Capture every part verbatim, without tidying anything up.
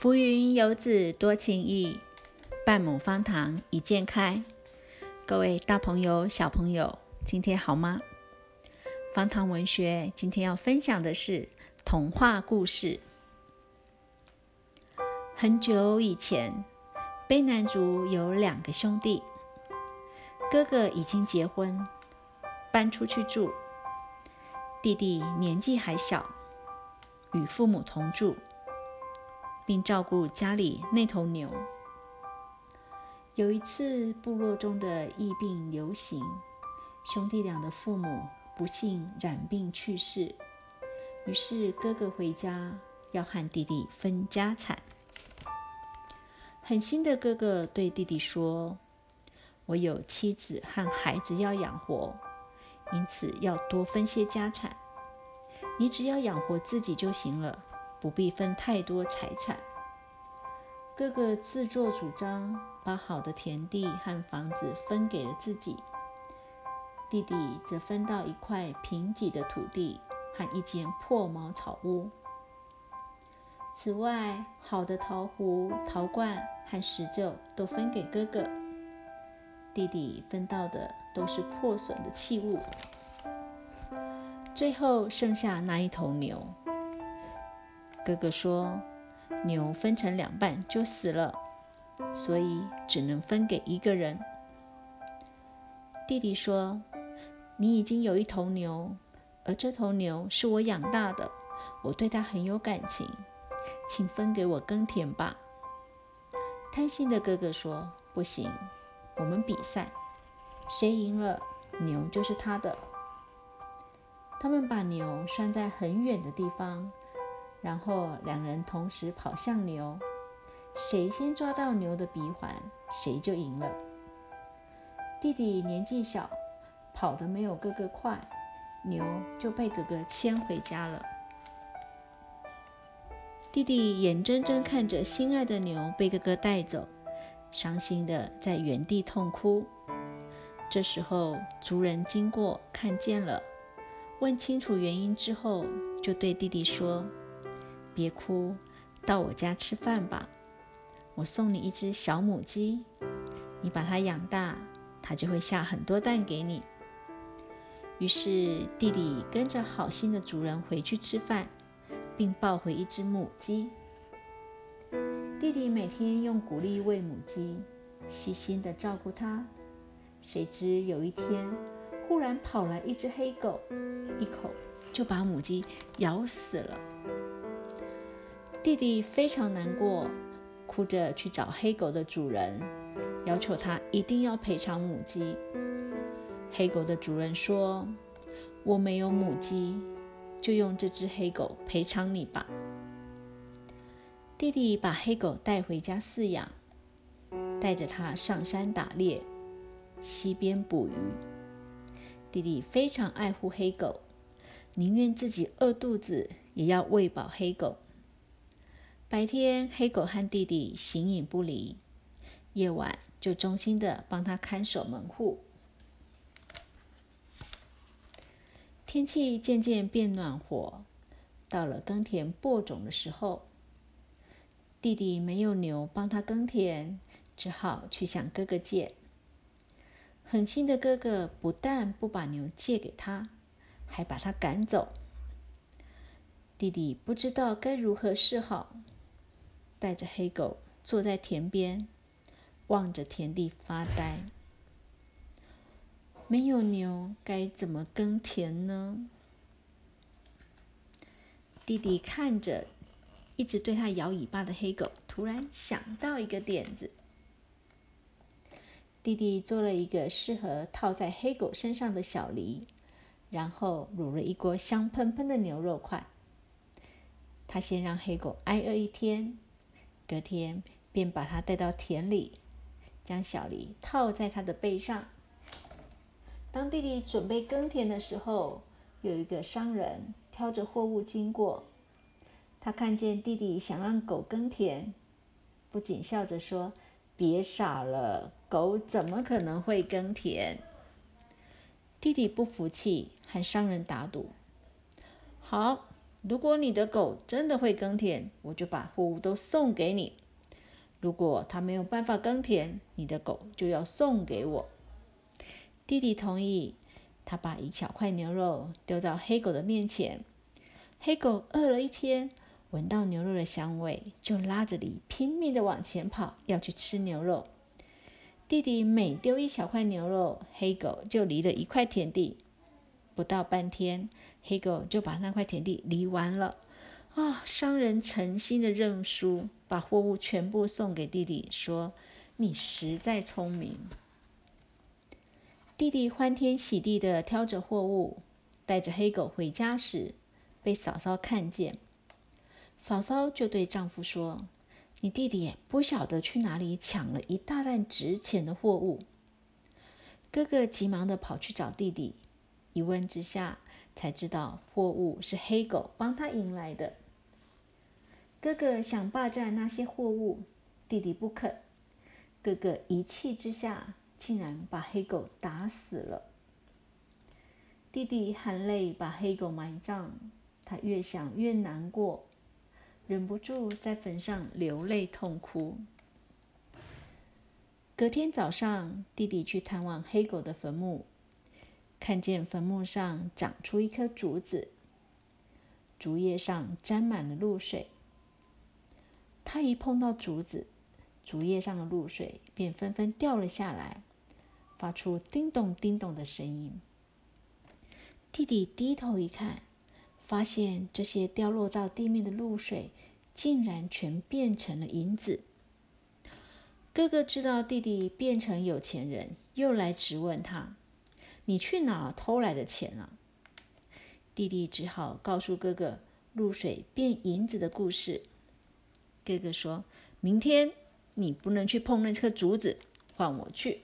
浮云游子多情意，半亩方塘一鉴开。各位大朋友小朋友，今天好吗？方塘文学今天要分享的是童话故事。很久以前，卑南族有两个兄弟，哥哥已经结婚，搬出去住，弟弟年纪还小，与父母同住，并照顾家里那头牛。有一次，部落中的疫病流行，兄弟俩的父母不幸染病去世，于是哥哥回家要和弟弟分家产。狠心的哥哥对弟弟说：“我有妻子和孩子要养活，因此要多分些家产。你只要养活自己就行了，不必分太多财产。”哥哥自作主张，把好的田地和房子分给了自己，弟弟则分到一块贫瘠的土地和一间破茅草屋。此外，好的陶壶、陶罐和石臼都分给哥哥，弟弟分到的都是破损的器物。最后剩下那一头牛，哥哥说牛分成两半就死了，所以只能分给一个人。弟弟说：“你已经有一头牛，而这头牛是我养大的，我对它很有感情，请分给我耕田吧。”贪心的哥哥说：“不行，我们比赛，谁赢了，牛就是他的。”他们把牛拴在很远的地方，然后两人同时跑向牛，谁先抓到牛的鼻环，谁就赢了。弟弟年纪小，跑得没有哥哥快，牛就被哥哥牵回家了。弟弟眼睁睁看着心爱的牛被哥哥带走，伤心的在原地痛哭。这时候族人经过看见了，问清楚原因之后，就对弟弟说：“别哭，到我家吃饭吧，我送你一只小母鸡，你把它养大，它就会下很多蛋给你。”于是弟弟跟着好心的主人回去吃饭，并抱回一只母鸡。弟弟每天用谷粒喂母鸡，细心地照顾它。谁知有一天，忽然跑来一只黑狗，一口就把母鸡咬死了。弟弟非常难过，哭着去找黑狗的主人，要求他一定要赔偿母鸡。黑狗的主人说：“我没有母鸡，就用这只黑狗赔偿你吧。”弟弟把黑狗带回家饲养，带着它上山打猎，溪边捕鱼。弟弟非常爱护黑狗，宁愿自己饿肚子，也要喂饱黑狗。白天，黑狗和弟弟形影不离，夜晚就忠心地帮他看守门户。天气渐渐变暖和，到了耕田播种的时候，弟弟没有牛帮他耕田，只好去向哥哥借。狠心的哥哥不但不把牛借给他，还把他赶走。弟弟不知道该如何是好，带着黑狗坐在田边，望着田地发呆。没有牛该怎么耕田呢？弟弟看着一直对他摇尾巴的黑狗，突然想到一个点子。弟弟做了一个适合套在黑狗身上的小犁，然后卤了一锅香喷喷的牛肉块。他先让黑狗挨饿一天，隔天便把它带到田里，将小犁套在它的背上。当弟弟准备耕田的时候，有一个商人挑着货物经过，他看见弟弟想让狗耕田，不仅笑着说：“别傻了，狗怎么可能会耕田？”弟弟不服气，和商人打赌：“好， 如果你的狗真的会耕田，我就把货物都送给你；如果它没有办法耕田，你的狗就要送给我。”弟弟同意，他把一小块牛肉丢到黑狗的面前。黑狗饿了一天，闻到牛肉的香味，就拉着犁拼命地往前跑，要去吃牛肉。弟弟每丢一小块牛肉，黑狗就犁了一块田地。不到半天，黑狗就把那块田地犁完了。啊！商人诚心的认输，把货物全部送给弟弟，说：“你实在聪明。”弟弟欢天喜地地挑着货物，带着黑狗回家时，被嫂嫂看见。嫂嫂就对丈夫说：“你弟弟不晓得去哪里抢了一大袋值钱的货物。”哥哥急忙地跑去找弟弟，一问之下才知道货物是黑狗帮他赢来的。哥哥想霸占那些货物，弟弟不肯。哥哥一气之下，竟然把黑狗打死了。弟弟含泪把黑狗埋葬，他越想越难过，忍不住在坟上流泪痛哭。隔天早上，弟弟去探望黑狗的坟墓，看见坟墓上长出一棵竹子，竹叶上沾满了露水。他一碰到竹子，竹叶上的露水便纷纷掉了下来，发出叮咚叮咚的声音。弟弟低头一看，发现这些掉落到地面的露水竟然全变成了银子。哥哥知道弟弟变成有钱人，又来质问他：“你去哪偷来的钱啊？”弟弟只好告诉哥哥露水变银子的故事。哥哥说：“明天你不能去碰那棵竹子，换我去。”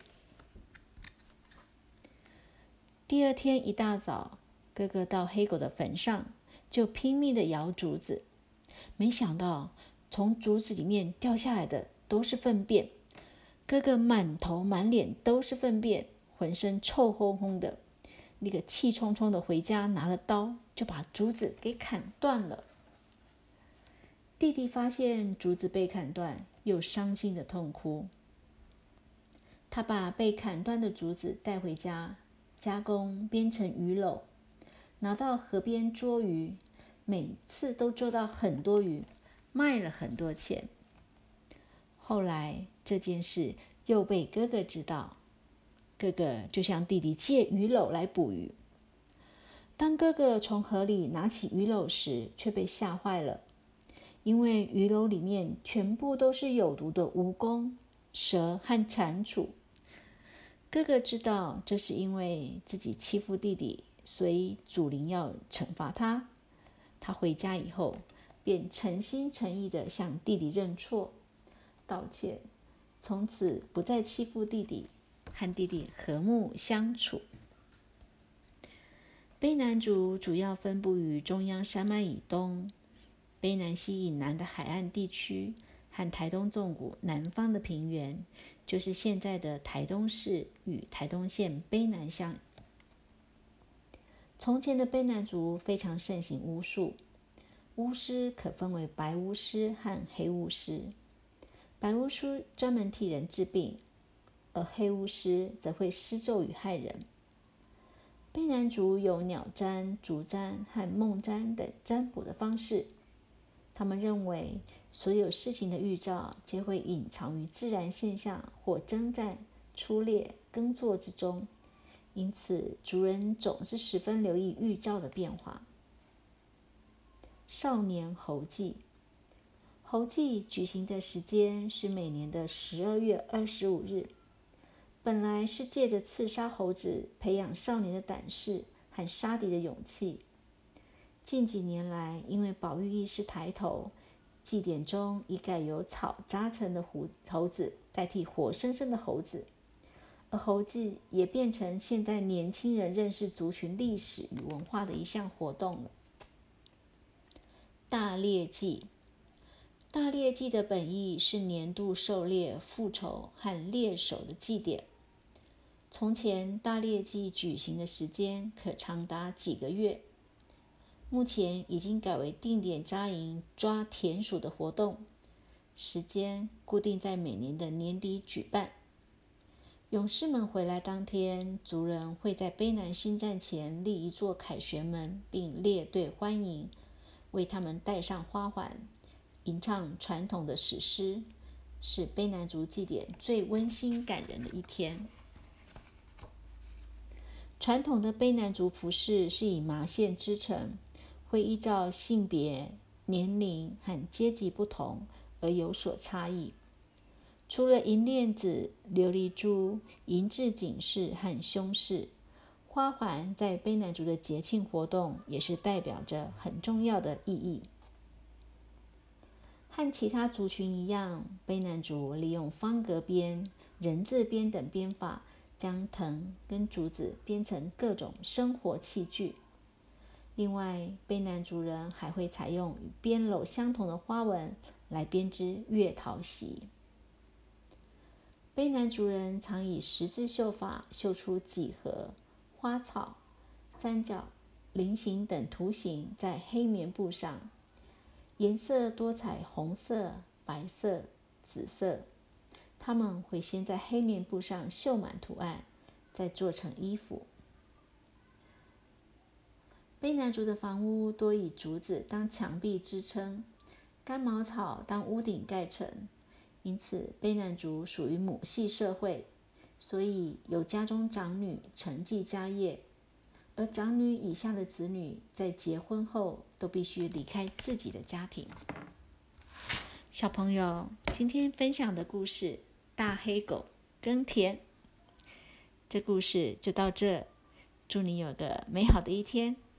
第二天一大早，哥哥到黑狗的坟上，就拼命地摇竹子。没想到，从竹子里面掉下来的都是粪便。哥哥满头满脸都是粪便，浑身臭烘烘的，那个气冲冲的回家，拿了刀就把竹子给砍断了。弟弟发现竹子被砍断，又伤心的痛哭。他把被砍断的竹子带回家，加工编成鱼篓，拿到河边捉鱼，每次都捉到很多鱼，卖了很多钱。后来这件事又被哥哥知道，哥哥就向弟弟借鱼篓来捕鱼。当哥哥从河里拿起鱼篓时，却被吓坏了，因为鱼篓里面全部都是有毒的蜈蚣、蛇和蟾蜍。哥哥知道这是因为自己欺负弟弟，所以祖灵要惩罚他。他回家以后，便诚心诚意地向弟弟认错、道歉，从此不再欺负弟弟，和弟弟和睦相处。卑南族主要分布于中央山脉以东、卑南溪以南的海岸地区和台东纵谷南方的平原，就是现在的台东市与台东县卑南乡。从前的卑南族非常盛行巫术，巫师可分为白巫师和黑巫师。白巫师专门替人治病，而黑巫师则会施咒语害人。卑南族有鸟占、竹占和梦占等占卜的方式。他们认为所有事情的预兆皆会隐藏于自然现象或征战、出猎、耕作之中，因此族人总是十分留意预兆的变化。少年猴祭，猴祭举行的时间是每年的十二月二十五日，本来是借着刺杀猴子培养少年的胆识和杀敌的勇气。近几年来，因为保育意识抬头，祭典中已改由草扎成的猴子代替活生生的猴子，而猴祭也变成现在年轻人认识族群历史与文化的一项活动了。大猎祭，大猎祭的本意是年度狩猎、复仇和猎手的祭典。从前，大猎祭举行的时间可长达几个月。 目前已经改为定点扎营抓田鼠的活动，时间固定在每年的年底举办。勇士们回来当天，族人会在卑南新站前立一座凯旋门，并列队欢迎，为他们戴上花环，吟唱传统的史诗，是卑南族祭典最温馨感人的一天。传统的卑南族服饰是以麻线织成，会依照性别、年龄和阶级不同而有所差异。除了银链子、琉璃珠、银质颈饰和胸饰，花环在卑南族的节庆活动也是代表着很重要的意义。和其他族群一样，卑南族利用方格编、人字编等编法，将藤跟竹子编成各种生活器具。另外，卑南族人还会采用与编篓相同的花纹来编织月桃席。卑南族人常以十字绣法绣出几何、花草、三角、菱形等图形在黑棉布上，颜色多彩，红色、白色、紫色。他们会先在黑棉布上绣满图案，再做成衣服。卑南族的房屋多以竹子当墙壁支撑，干毛草当屋顶盖成，因此卑南族属于母系社会，所以由家中长女承继家业，而长女以下的子女在结婚后都必须离开自己的家庭。小朋友，今天分享的故事《大黑狗耕田》，这故事就到这，祝你有个美好的一天。